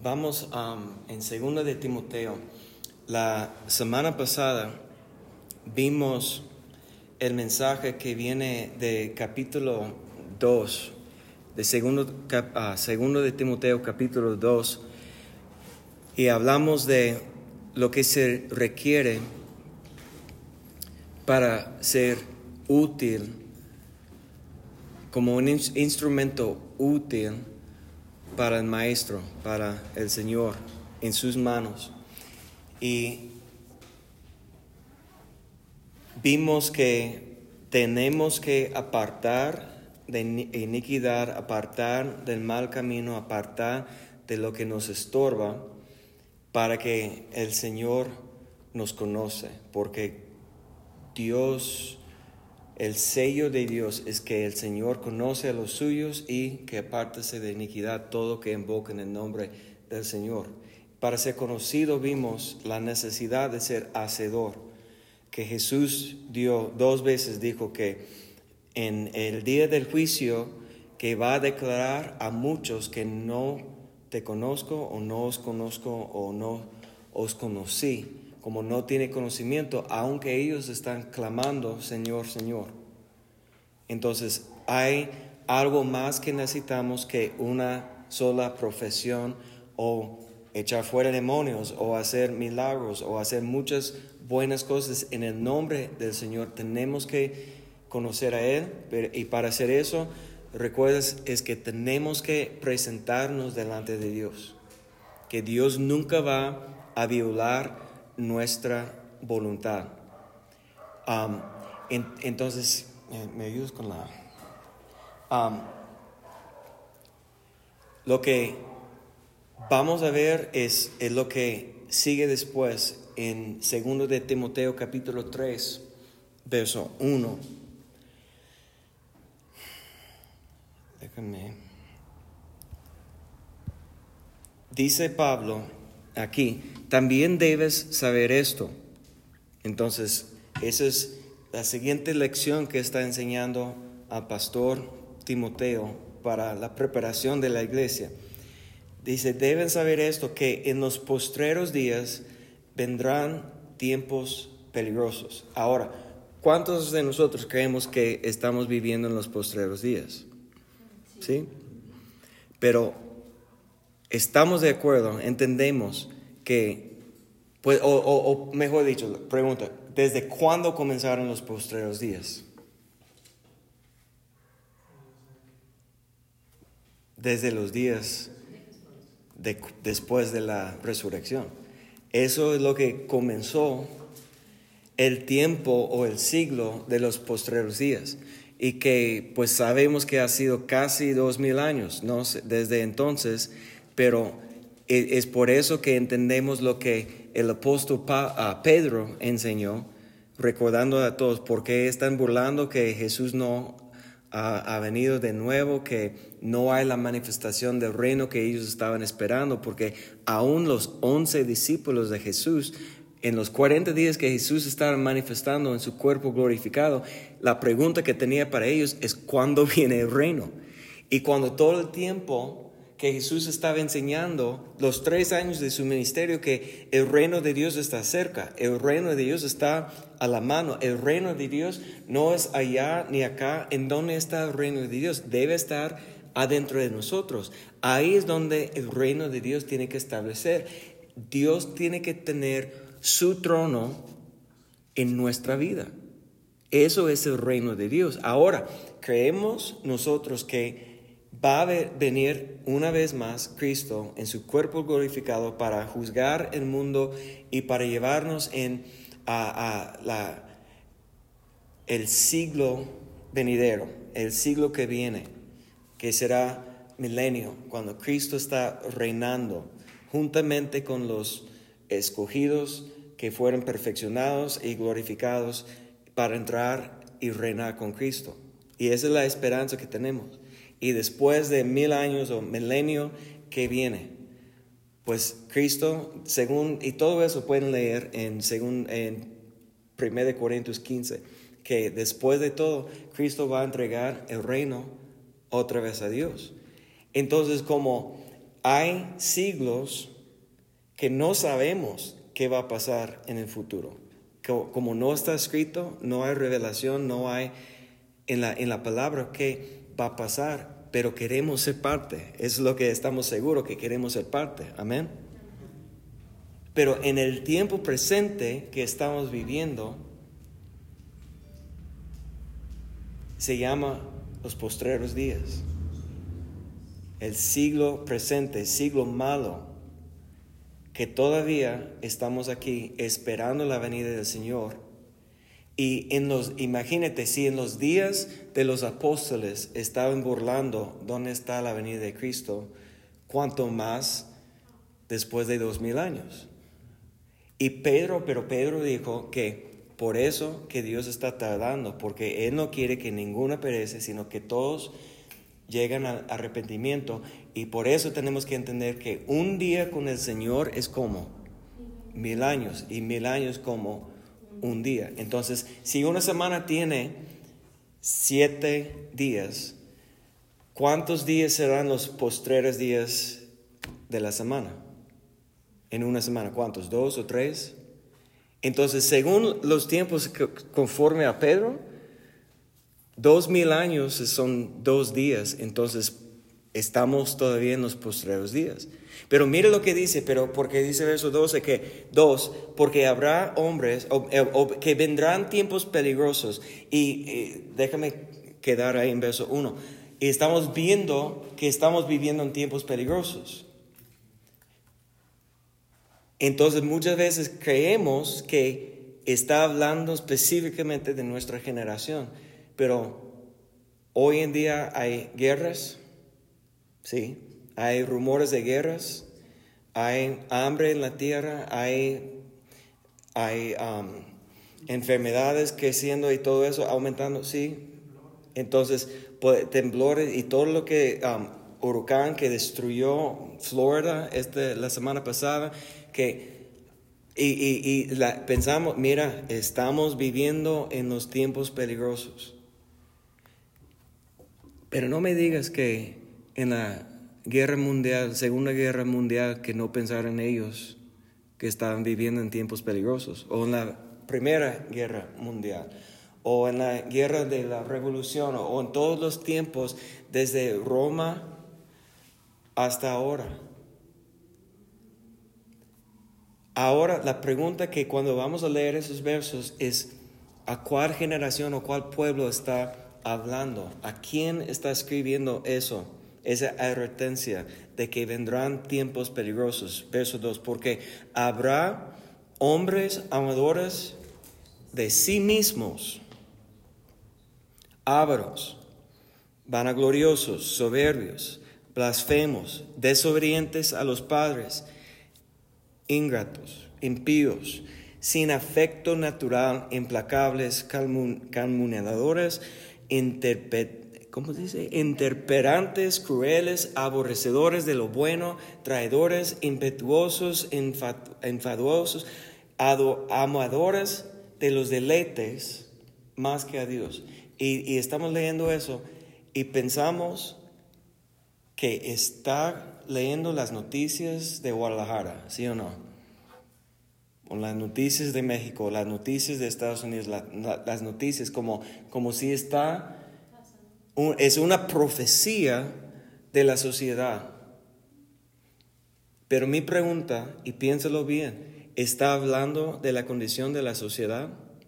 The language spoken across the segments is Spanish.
Vamos en 2 de Timoteo. La semana pasada vimos el mensaje que viene de capítulo 2, de segundo de Timoteo capítulo 2, y hablamos de lo que se requiere para ser útil, como un instrumento útil para el maestro, para el Señor, en sus manos. Y vimos que tenemos que apartar de iniquidad, apartar del mal camino, apartar de lo que nos estorba, para que el Señor nos conoce, porque Dios, el sello de Dios es que el Señor conoce a los suyos y que apártese de iniquidad todo que invoque en el nombre del Señor. Para ser conocido vimos la necesidad de ser hacedor, que Jesús dio 2 veces, dijo que en el día del juicio que va a declarar a muchos que no te conozco o no os conozco o no os conocí, como no tiene conocimiento, aunque ellos están clamando, Señor, Señor. Entonces, hay algo más que necesitamos que una sola profesión o echar fuera demonios o hacer milagros o hacer muchas buenas cosas en el nombre del Señor. Tenemos que conocer a Él, y para hacer eso, recuerdas, es que tenemos que presentarnos delante de Dios, que Dios nunca va a violar nuestra voluntad. Entonces, ¿me ayudas con la? Lo que vamos a ver es lo que sigue después en 2 de Timoteo capítulo 3, verso 1. Déjame. Dice Pablo aquí, también debes saber esto. Entonces, esa es la siguiente lección que está enseñando al pastor Timoteo para la preparación de la iglesia. Dice, deben saber esto, que en los postreros días vendrán tiempos peligrosos. Ahora, ¿cuántos de nosotros creemos que estamos viviendo en los postreros días? ¿Sí? Pero estamos de acuerdo, entendemos que, pues, o mejor dicho, pregunta, ¿desde cuándo comenzaron los postreros días? Desde los días después de la resurrección. Eso es lo que comenzó el tiempo o el siglo de los postreros días. Y que pues sabemos que ha sido casi 2000 años, ¿no? Desde entonces, pero es por eso que entendemos lo que el apóstol Pedro enseñó, recordando a todos por qué están burlando que Jesús no ha venido de nuevo, que no hay la manifestación del reino que ellos estaban esperando, porque aún los 11 discípulos de Jesús, en los 40 días que Jesús estaba manifestando en su cuerpo glorificado, la pregunta que tenía para ellos es ¿cuándo viene el reino? Y cuando todo el tiempo que Jesús estaba enseñando, los 3 años de su ministerio, que el reino de Dios está cerca, el reino de Dios está a la mano, el reino de Dios no es allá ni acá. ¿En dónde está el reino de Dios? Debe estar adentro de nosotros. Ahí es donde el reino de Dios tiene que establecer. Dios tiene que tener su trono en nuestra vida. Eso es el reino de Dios. Ahora, creemos nosotros que va a venir una vez más Cristo en su cuerpo glorificado para juzgar el mundo y para llevarnos el siglo venidero, el siglo que viene, que será milenio, cuando Cristo está reinando juntamente con los escogidos que fueron perfeccionados y glorificados para entrar y reinar con Cristo. Y esa es la esperanza que tenemos. Y después de 1000 años o milenio que viene, pues Cristo, y todo eso pueden leer en 1 Corintios 15, que después de todo, Cristo va a entregar el reino otra vez a Dios. Entonces, como hay siglos que no sabemos qué va a pasar en el futuro. Como no está escrito, no hay revelación, no hay en la palabra qué va a pasar, pero queremos ser parte. Es lo que estamos seguros, que queremos ser parte. Amén. Pero en el tiempo presente que estamos viviendo, se llama los postreros días. El siglo presente, el siglo malo, que todavía estamos aquí esperando la venida del Señor. Y imagínate, si en los días de los apóstoles estaban burlando dónde está la venida de Cristo, cuánto más después de 2000 años. Pero Pedro dijo que por eso que Dios está tardando, porque Él no quiere que ninguno perece, sino que todos llegan al arrepentimiento. Y por eso tenemos que entender que un día con el Señor es como 1000 años, y 1000 años como un día. Entonces, si una semana tiene 7 días, ¿cuántos días serán los postreros días de la semana? En una semana, ¿cuántos? 2 o 3. Entonces, según los tiempos conforme a Pedro, 2000 años son 2 días. Entonces, estamos todavía en los postreros días. Pero mire lo que dice, porque dice verso 12 que 2, porque habrá hombres que vendrán tiempos peligrosos. Y déjame quedar ahí en verso 1. Y estamos viendo que estamos viviendo en tiempos peligrosos. Entonces muchas veces creemos que está hablando específicamente de nuestra generación, pero hoy en día hay guerras, sí, hay rumores de guerras, hay hambre en la tierra, hay enfermedades creciendo y todo eso aumentando, sí. Entonces temblores y todo lo que huracán que destruyó Florida la semana pasada. Pensamos, mira, estamos viviendo en los tiempos peligrosos. Pero no me digas que en la guerra mundial, Segunda Guerra Mundial, que no pensaron ellos que estaban viviendo en tiempos peligrosos. O en la Primera Guerra Mundial. O en la guerra de la Revolución. O en todos los tiempos, desde Roma hasta ahora. Ahora, la pregunta que cuando vamos a leer esos versos es, ¿a cuál generación o cuál pueblo está hablando? ¿A quién está escribiendo eso? Esa advertencia de que vendrán tiempos peligrosos. Verso 2, porque habrá hombres amadores de sí mismos, ávaros, vanagloriosos, soberbios, blasfemos, desobedientes a los padres, ingratos, impíos, sin afecto natural, implacables, calumniadores, intemperantes, crueles, aborrecedores de lo bueno, traidores, impetuosos, enfadosos, amadores de los deleites más que a Dios. Y estamos leyendo eso y pensamos que está leyendo las noticias de Guadalajara, ¿sí o no? O las noticias de México, las noticias de Estados Unidos, las noticias como si es una profecía de la sociedad. Pero mi pregunta, y piénsalo bien, ¿está hablando de la condición de la sociedad?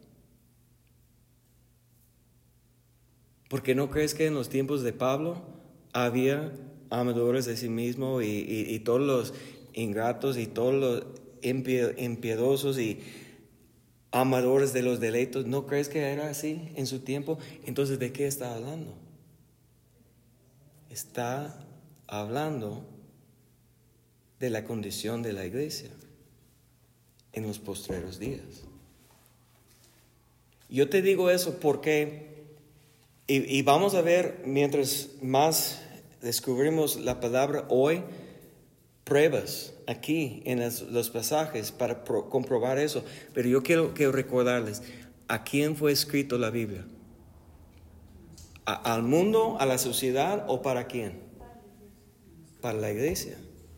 ¿Por qué no crees que en los tiempos de Pablo había amadores de sí mismo y todos los ingratos y todos los impiedosos y amadores de los deleitos? ¿No crees que era así en su tiempo? Entonces, ¿de qué está hablando? Está hablando de la condición de la iglesia en los postreros días. Yo te digo eso porque, y vamos a ver mientras más descubrimos la palabra hoy, pruebas aquí en los pasajes para comprobar eso. Pero yo quiero recordarles, ¿a quién fue escrito la Biblia? ¿Al mundo, a la sociedad o para quién? Para la iglesia.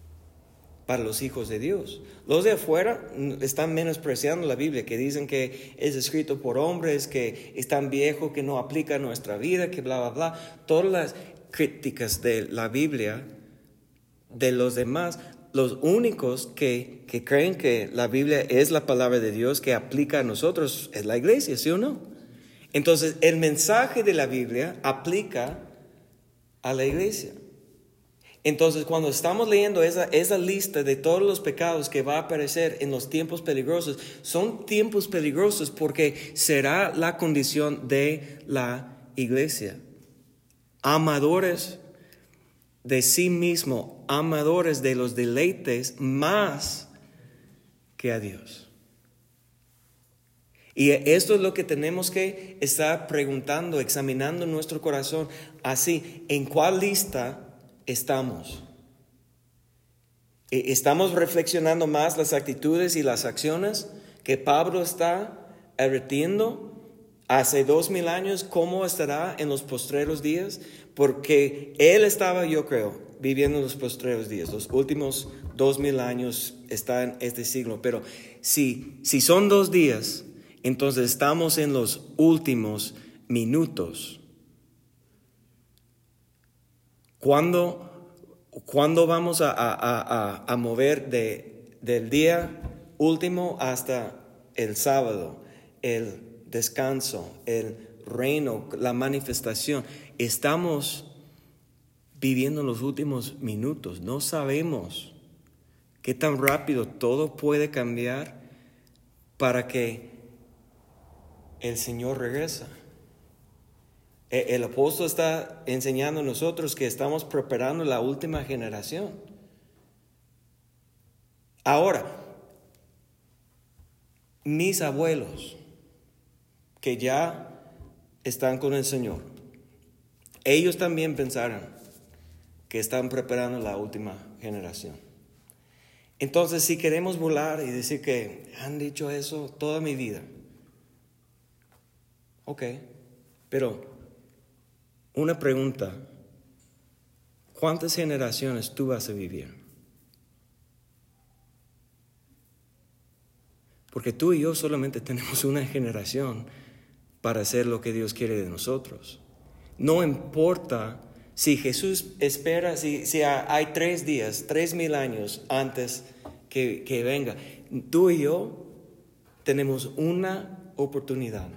para los hijos de Dios. Los de afuera están menospreciando la Biblia, que dicen que es escrito por hombres, que es tan viejo que no aplica a nuestra vida, que bla, bla, bla. Todas las críticas de la Biblia, de los demás, los únicos que creen que la Biblia es la palabra de Dios que aplica a nosotros es la iglesia, ¿sí o no? Entonces, el mensaje de la Biblia aplica a la iglesia. Entonces, cuando estamos leyendo esa lista de todos los pecados que va a aparecer en los tiempos peligrosos, son tiempos peligrosos porque será la condición de la iglesia. Amadores de sí mismo, amadores de los deleites más que a Dios. Y esto es lo que tenemos que estar preguntando, examinando nuestro corazón. Así, ¿en cuál lista estamos? ¿Estamos reflexionando más las actitudes y las acciones que Pablo está advirtiendo hace 2000 años? ¿Cómo estará en los postreros días? Porque él estaba, yo creo, viviendo en los postreros días. Los últimos 2000 años está en este siglo. Pero si son 2 días, entonces estamos en los últimos minutos. ¿Cuándo vamos a mover del día último hasta el sábado, el descanso, el reino, la manifestación? Estamos viviendo los últimos minutos. No sabemos qué tan rápido todo puede cambiar para que el Señor regresa. El apóstol está enseñando a nosotros que estamos preparando la última generación. Ahora, mis abuelos, que ya están con el Señor, ellos también pensaron que están preparando la última generación. Entonces, si queremos volar y decir que han dicho eso toda mi vida, ok, pero una pregunta: ¿cuántas generaciones tú vas a vivir? Porque tú y yo solamente tenemos una generación para hacer lo que Dios quiere de nosotros. No importa si Jesús espera, si hay 3 días, 3000 años antes que venga. Tú y yo tenemos una oportunidad.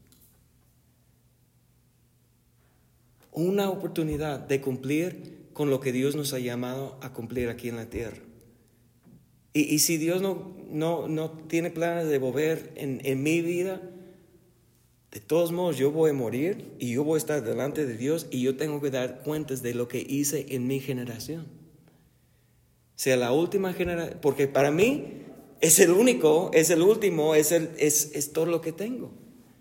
Una oportunidad de cumplir con lo que Dios nos ha llamado a cumplir aquí en la tierra. Y si Dios no tiene planes de volver en mi vida, de todos modos yo voy a morir y yo voy a estar delante de Dios y yo tengo que dar cuentas de lo que hice en mi generación. Sea la última generación, porque para mí es el único, es el último, es todo lo que tengo.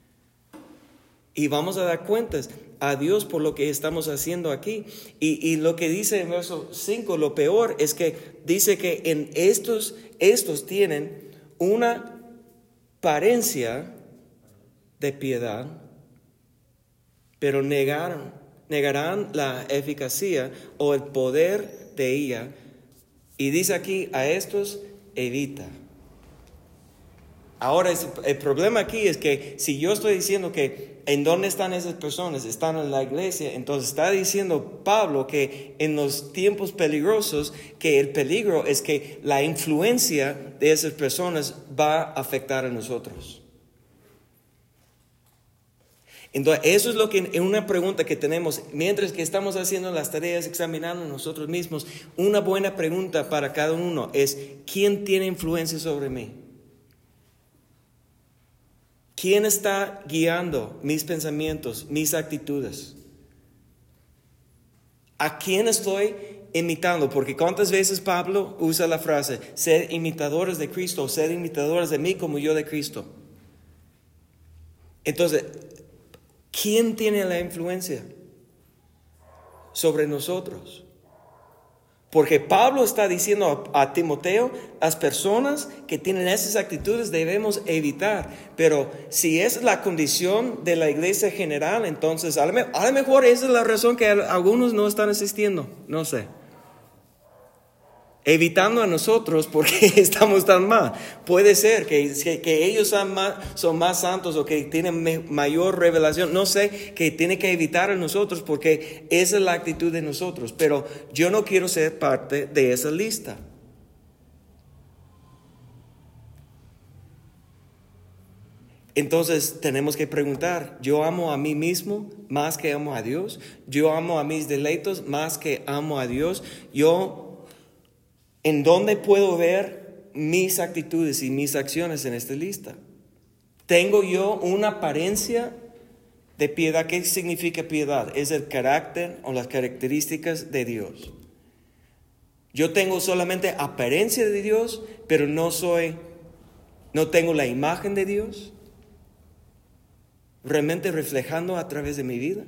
Y vamos a dar cuentas a Dios por lo que estamos haciendo aquí. Y lo que dice en verso 5, lo peor es que dice que en estos tienen una apariencia de piedad, pero negarán la eficacia o el poder de ella. Y dice aquí, a estos evita. Ahora, el problema aquí es que si yo estoy diciendo que ¿en dónde están esas personas? Están en la iglesia. Entonces está diciendo Pablo que en los tiempos peligrosos, que el peligro es que la influencia de esas personas va a afectar a nosotros. Entonces, eso es lo que es una pregunta que tenemos mientras que estamos haciendo las tareas, examinando nosotros mismos. Una buena pregunta para cada uno es: ¿quién tiene influencia sobre mí? ¿Quién está guiando mis pensamientos, mis actitudes? ¿A quién estoy imitando? Porque ¿cuántas veces Pablo usa la frase ser imitadores de Cristo o ser imitadores de mí como yo de Cristo? Entonces, ¿quién tiene la influencia sobre nosotros? Porque Pablo está diciendo a Timoteo, las personas que tienen esas actitudes debemos evitar. Pero si esa es la condición de la iglesia general, entonces a lo mejor esa es la razón que algunos no están asistiendo. No sé. evitando a nosotros porque estamos tan mal. Puede ser que ellos son más santos o que tienen mayor revelación. No sé, que tiene que evitar a nosotros porque esa es la actitud de nosotros. Pero yo no quiero ser parte de esa lista. Entonces tenemos que preguntar, ¿yo amo a mí mismo más que amo a Dios? ¿Yo amo a mis deleitos más que amo a Dios? ¿En dónde puedo ver mis actitudes y mis acciones en esta lista? ¿Tengo yo una apariencia de piedad? ¿Qué significa piedad? Es el carácter o las características de Dios. Yo tengo solamente apariencia de Dios, pero no tengo la imagen de Dios realmente reflejando a través de mi vida.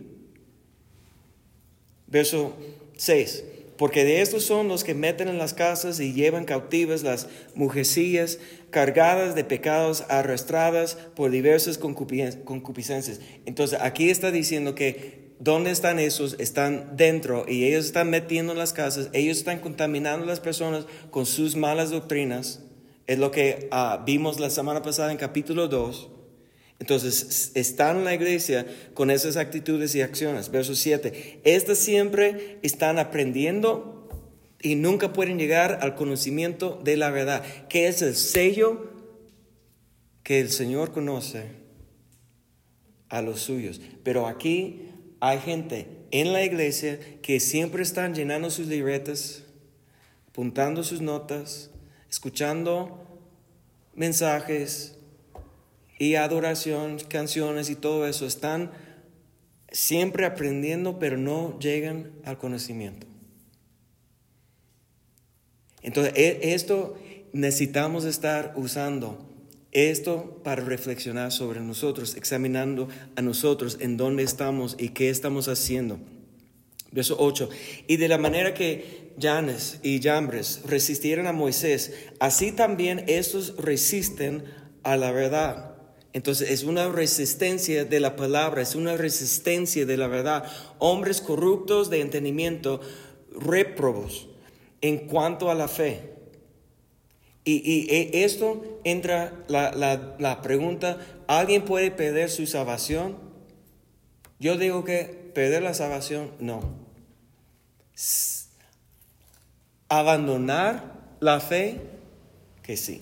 Verso 6. Porque de estos son los que meten en las casas y llevan cautivas las mujercillas cargadas de pecados, arrastradas por diversas concupiscencias. Entonces aquí está diciendo que ¿dónde están esos? Están dentro y ellos están metiendo en las casas, ellos están contaminando a las personas con sus malas doctrinas. Es lo que vimos la semana pasada en capítulo 2. Entonces, están en la iglesia con esas actitudes y acciones. Verso 7. Estas siempre están aprendiendo y nunca pueden llegar al conocimiento de la verdad, que es el sello que el Señor conoce a los suyos. Pero aquí hay gente en la iglesia que siempre están llenando sus libretas, apuntando sus notas, escuchando mensajes y adoración, canciones y todo eso. Están siempre aprendiendo, pero no llegan al conocimiento. Entonces, esto necesitamos estar usando esto para reflexionar sobre nosotros, examinando a nosotros en dónde estamos y qué estamos haciendo. Verso 8. Y de la manera que Janes y Jambres resistieron a Moisés, así también estos resisten a la verdad. Entonces es una resistencia de la palabra, es una resistencia de la verdad. Hombres corruptos de entendimiento, réprobos en cuanto a la fe. Y esto entra la pregunta, ¿alguien puede perder su salvación? Yo digo que perder la salvación, no. Abandonar la fe, que sí.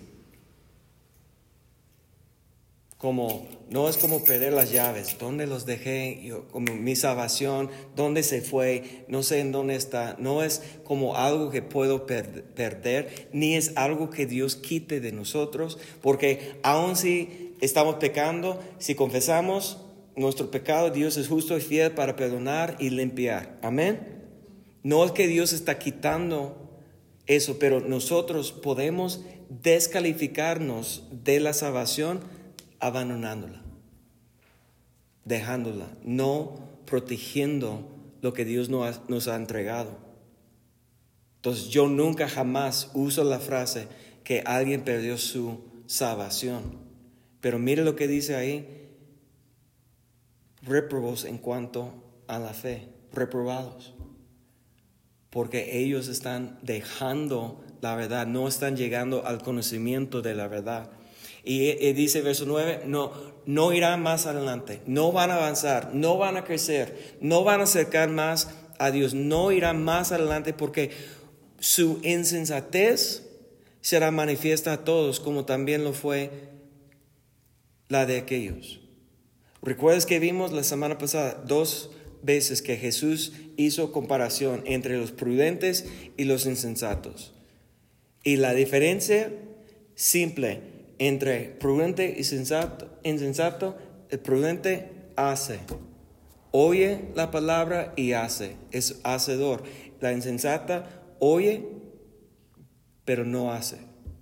No es como perder las llaves. ¿Dónde los dejé? Como mi salvación, ¿dónde se fue? No sé en dónde está. No es como algo que puedo perder, ni es algo que Dios quite de nosotros, porque aun si estamos pecando, si confesamos nuestro pecado, Dios es justo y fiel para perdonar y limpiar. Amén. No es que Dios está quitando eso, pero nosotros podemos descalificarnos de la salvación abandonándola, dejándola, no protegiendo lo que Dios nos ha entregado. Entonces yo nunca jamás uso la frase que alguien perdió su salvación. Pero mire lo que dice ahí: réprobos en cuanto a la fe, reprobados. Porque ellos están dejando la verdad, no están llegando al conocimiento de la verdad. Y dice verso 9, no irán más adelante, no van a avanzar, no van a crecer, no van a acercar más a Dios, no irán más adelante porque su insensatez será manifiesta a todos, como también lo fue la de aquellos. ¿Recuerdas que vimos la semana pasada 2 veces que Jesús hizo comparación entre los prudentes y los insensatos? Y la diferencia simple entre prudente y insensato, el prudente hace, oye la palabra y hace, es hacedor. La insensata oye, pero no hace.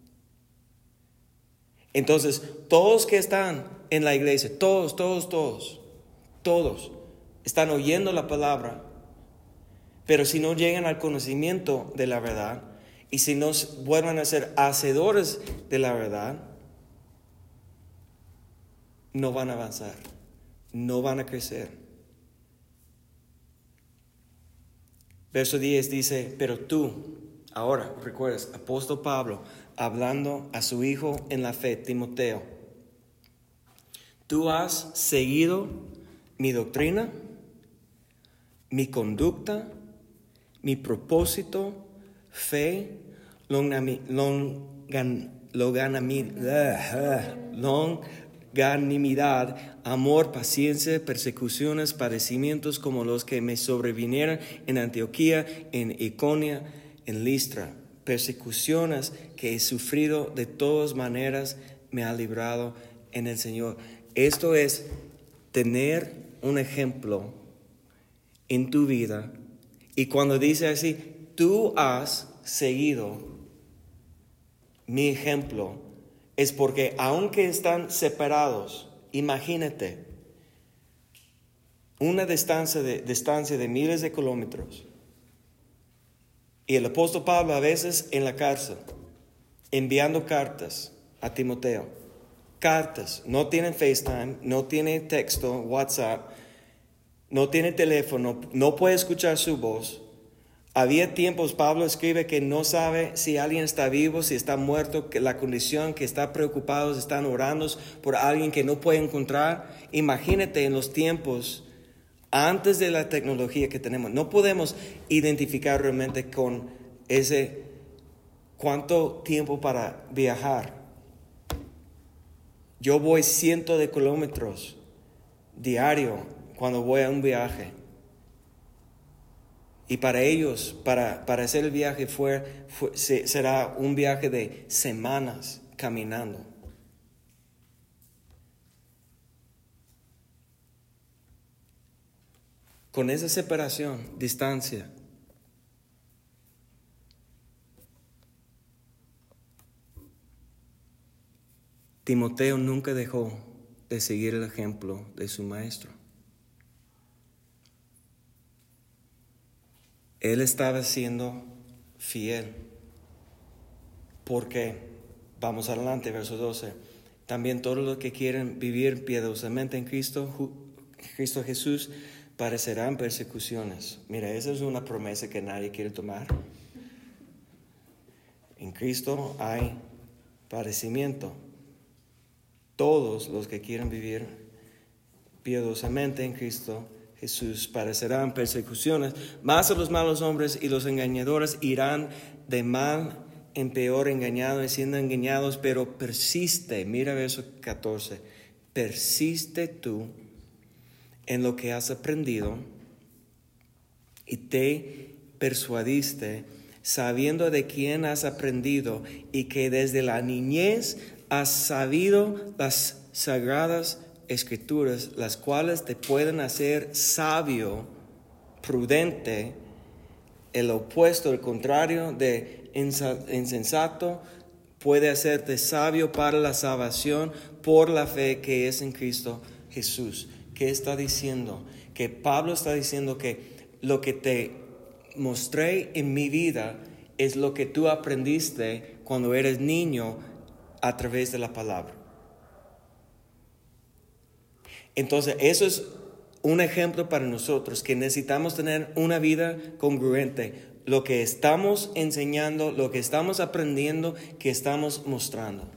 Entonces, todos que están en la iglesia, todos están oyendo la palabra, pero si no llegan al conocimiento de la verdad y si no vuelven a ser hacedores de la verdad, no van a avanzar, no van a crecer. Verso 10 dice, pero tú, Ahora, recuerdas, apóstol Pablo hablando a su hijo en la fe, Timoteo. Tú has seguido mi doctrina, mi conducta, mi propósito, fe, longanimidad, amor, paciencia, persecuciones, padecimientos como los que me sobrevinieron en Antioquía, en Iconia, en Listra. Persecuciones que he sufrido de todas maneras me ha librado en el Señor. Esto es tener un ejemplo en tu vida. Y cuando dice así, tú has seguido mi ejemplo, es porque aunque están separados, imagínate una distancia de miles de kilómetros. Y el apóstol Pablo a veces en la cárcel, enviando cartas a Timoteo. Cartas, no tienen FaceTime, no tiene texto, WhatsApp, no tiene teléfono, no puede escuchar su voz. Había tiempos, Pablo escribe, que no sabe si alguien está vivo, si está muerto, que la condición, que está preocupados, están orando por alguien que no puede encontrar. Imagínate en los tiempos antes de la tecnología que tenemos. No podemos identificar realmente con ese cuánto tiempo para viajar. Yo voy cientos de kilómetros diario cuando voy a un viaje. Y para ellos, para hacer el viaje será un viaje de semanas caminando. Con esa separación, distancia, Timoteo nunca dejó de seguir el ejemplo de su maestro. Él estaba siendo fiel. Porque, vamos adelante, verso 12. También todos los que quieren vivir piadosamente en Cristo Jesús padecerán persecuciones. Mira, esa es una promesa que nadie quiere tomar. En Cristo hay padecimiento. Todos los que quieren vivir piadosamente en Cristo Jesús padecerán persecuciones, mas a los malos hombres y los engañadores irán de mal en peor, engañados y siendo engañados, pero persiste, mira verso 14, persiste tú en lo que has aprendido y te persuadiste, sabiendo de quién has aprendido y que desde la niñez has sabido las sagradas Escrituras, las cuales te pueden hacer sabio, prudente, el opuesto, el contrario de insensato, puede hacerte sabio para la salvación por la fe que es en Cristo Jesús. ¿Qué está diciendo? Que Pablo está diciendo que lo que te mostré en mi vida es lo que tú aprendiste cuando eres niño a través de la palabra. Entonces, eso es un ejemplo para nosotros, que necesitamos tener una vida congruente. Lo que estamos enseñando, lo que estamos aprendiendo, que estamos mostrando.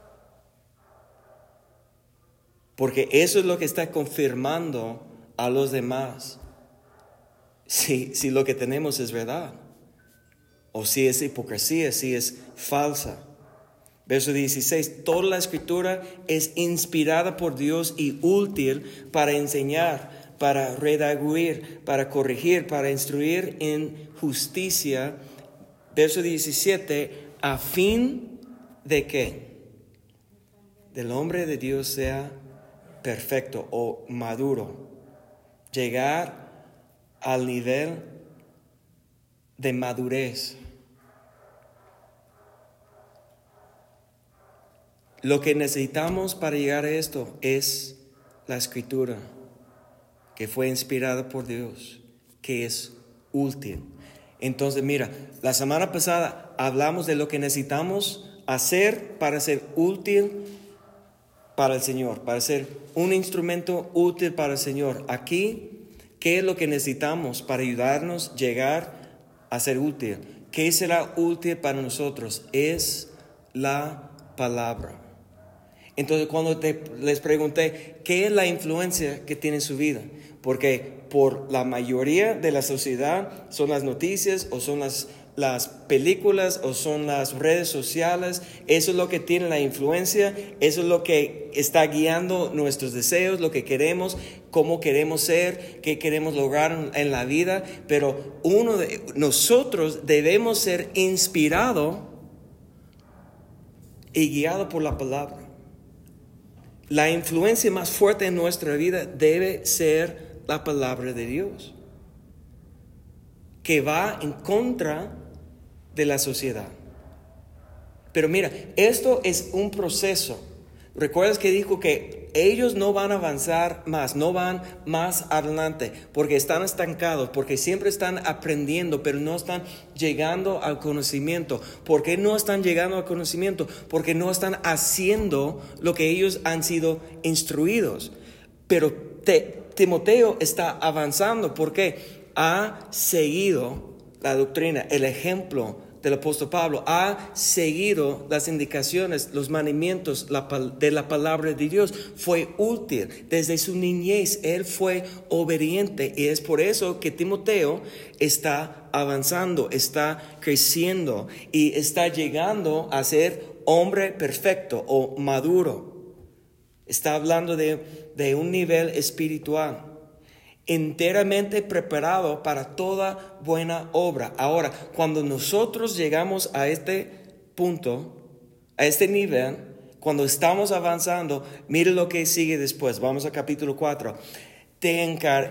Porque eso es lo que está confirmando a los demás si lo que tenemos es verdad, o si es hipocresía, si es falsa. Verso 16, toda la Escritura es inspirada por Dios y útil para enseñar, para redarguir, para corregir, para instruir en justicia. Verso 17, a fin de que el hombre de Dios sea perfecto o maduro, llegar al nivel de madurez. Lo que necesitamos para llegar a esto es la Escritura, que fue inspirada por Dios, que es útil. Entonces, mira, la semana pasada hablamos de lo que necesitamos hacer para ser útil para el Señor, para ser un instrumento útil para el Señor. Aquí, ¿qué es lo que necesitamos para ayudarnos a llegar a ser útil? ¿Qué será útil para nosotros? Es la palabra. Entonces, cuando les pregunté, ¿qué es la influencia que tiene en su vida? Porque por la mayoría de la sociedad son las noticias o son las películas o son las redes sociales. Eso es lo que tiene la influencia, eso es lo que está guiando nuestros deseos, lo que queremos, cómo queremos ser, qué queremos lograr en la vida. Pero nosotros debemos ser inspirados y guiados por la palabra. La influencia más fuerte en nuestra vida debe ser la palabra de Dios, que va en contra de la sociedad. Pero mira, esto es un proceso. ¿Recuerdas que dijo que ellos no van a avanzar más, no van más adelante, porque están estancados, porque siempre están aprendiendo, pero no están llegando al conocimiento? ¿Por qué no están llegando al conocimiento? Porque no están haciendo lo que ellos han sido instruidos. Pero Timoteo está avanzando porque ha seguido la doctrina, el ejemplo del apóstol Pablo, ha seguido las indicaciones, los mandamientos de la palabra de Dios. Fue útil desde su niñez, él fue obediente, y es por eso que Timoteo está avanzando, está creciendo y está llegando a ser hombre perfecto o maduro. Está hablando de un nivel espiritual, enteramente preparado para toda buena obra. Ahora, cuando nosotros llegamos a este punto, a este nivel, cuando estamos avanzando, mire lo que sigue después. Vamos a capítulo 4. Te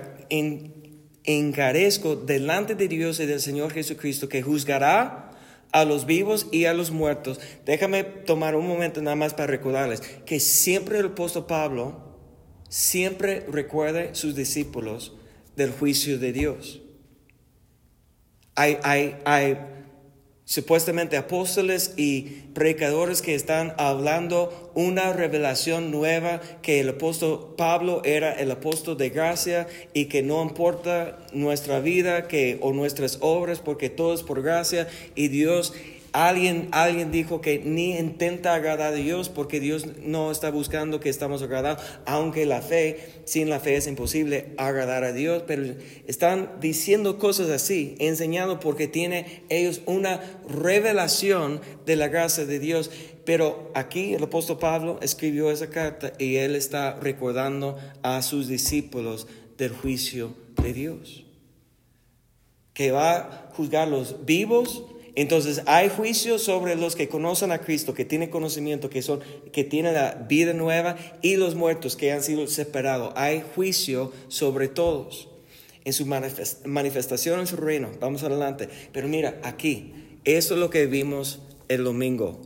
encarezco delante de Dios y del Señor Jesucristo, que juzgará a los vivos y a los muertos. Déjame tomar un momento nada más para recordarles que siempre el apóstol Pablo siempre recuerde a sus discípulos del juicio de Dios. Hay supuestamente apóstoles y predicadores que están hablando una revelación nueva, que el apóstol Pablo era el apóstol de gracia y que no importa nuestra vida o nuestras obras, porque todo es por gracia. Y Dios, alguien dijo que ni intenta agradar a Dios, porque Dios no está buscando que estamos agradados, aunque sin la fe es imposible agradar a Dios. Pero están diciendo cosas así, enseñando porque tiene ellos una revelación de la gracia de Dios. Pero aquí el apóstol Pablo escribió esa carta y él está recordando a sus discípulos del juicio de Dios, que va a juzgar los vivos. Entonces hay juicio sobre los que conocen a Cristo, que tienen conocimiento, que tienen la vida nueva, y los muertos que han sido separados. Hay juicio sobre todos en su manifestación en su reino. Vamos adelante. Pero mira, aquí, eso es lo que vimos el domingo.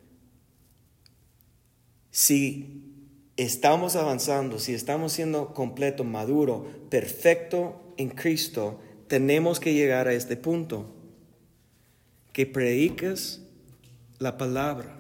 Si estamos avanzando, si estamos siendo completo, maduro, perfecto en Cristo, tenemos que llegar a este punto, que predicas la palabra,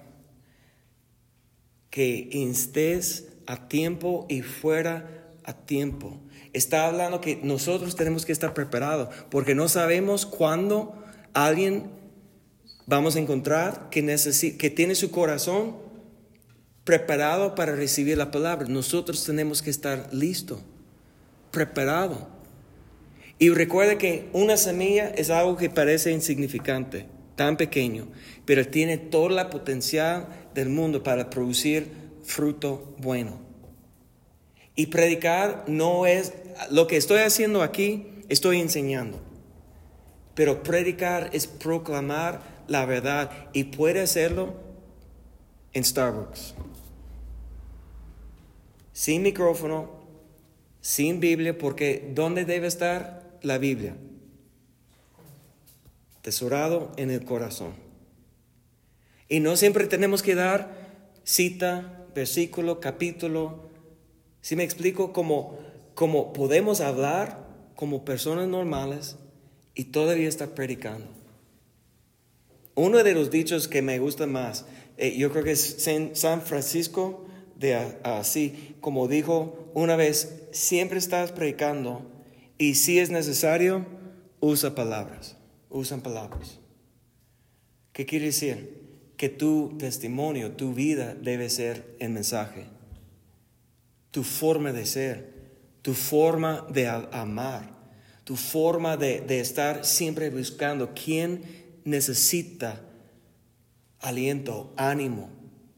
que instes a tiempo y fuera a tiempo. Está hablando que nosotros tenemos que estar preparados, porque no sabemos cuándo alguien vamos a encontrar que tiene su corazón preparado para recibir la palabra. Nosotros tenemos que estar listos, preparados. Y recuerda que una semilla es algo que parece insignificante, tan pequeño, pero tiene todo el potencial del mundo para producir fruto bueno. Y predicar no es lo que estoy haciendo aquí, estoy enseñando. Pero predicar es proclamar la verdad, y puede hacerlo en Starbucks, sin micrófono, sin Biblia, porque ¿dónde debe estar la Biblia? Tesorado en el corazón. Y no siempre tenemos que dar cita, versículo, capítulo. ¿Sí me explico? Como podemos hablar como personas normales y todavía estar predicando. Uno de los dichos que me gusta más, yo creo que es San Francisco de Asís, como dijo una vez: siempre estás predicando, y si es necesario, usan palabras. ¿Qué quiere decir? Que tu testimonio, tu vida debe ser el mensaje. Tu forma de ser, tu forma de amar, tu forma de estar siempre buscando quién necesita aliento, ánimo.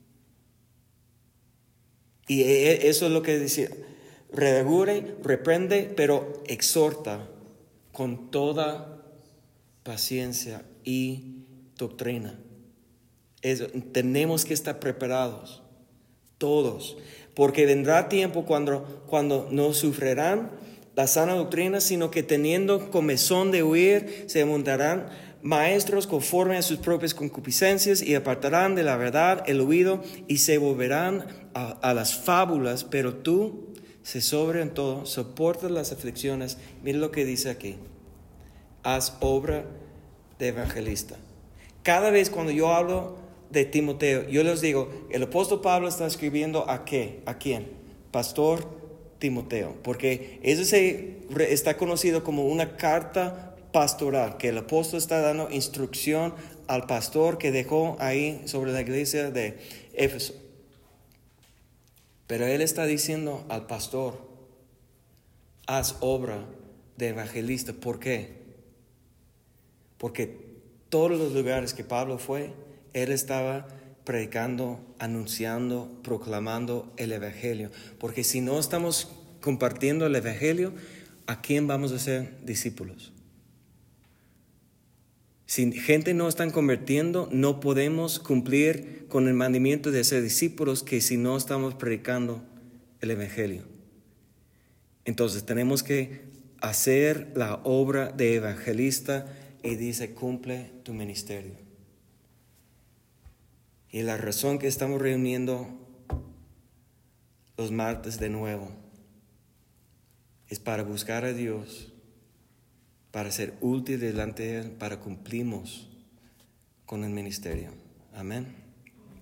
Y eso es lo que dice, redarguye, reprende, pero exhorta con toda paciencia y doctrina. Tenemos que estar preparados, todos, porque vendrá tiempo cuando no sufrirán la sana doctrina, sino que teniendo comezón de huir, se montarán maestros conforme a sus propias concupiscencias y apartarán de la verdad el oído y se volverán a las fábulas. Pero tú, sé sobrio en todo, soporta las aflicciones. Mira lo que dice aquí, haz obra de evangelista. Cada vez cuando yo hablo de Timoteo, yo les digo, el apóstol Pablo está escribiendo ¿a qué? ¿A quién? Pastor Timoteo, porque eso está conocido como una carta pastoral, que el apóstol está dando instrucción al pastor que dejó ahí sobre la iglesia de Éfeso. Pero él está diciendo al pastor, haz obra de evangelista. ¿Por qué? Porque todos los lugares que Pablo fue, él estaba predicando, anunciando, proclamando el evangelio. Porque si no estamos compartiendo el evangelio, ¿a quién vamos a ser discípulos? Si gente no está convirtiendo, no podemos cumplir con el mandamiento de ser discípulos, que si no estamos predicando el evangelio. Entonces tenemos que hacer la obra de evangelista, y dice, cumple tu ministerio. Y la razón que estamos reuniendo los martes de nuevo es para buscar a Dios, para ser útil delante de Él, para cumplimos con el ministerio. Amén.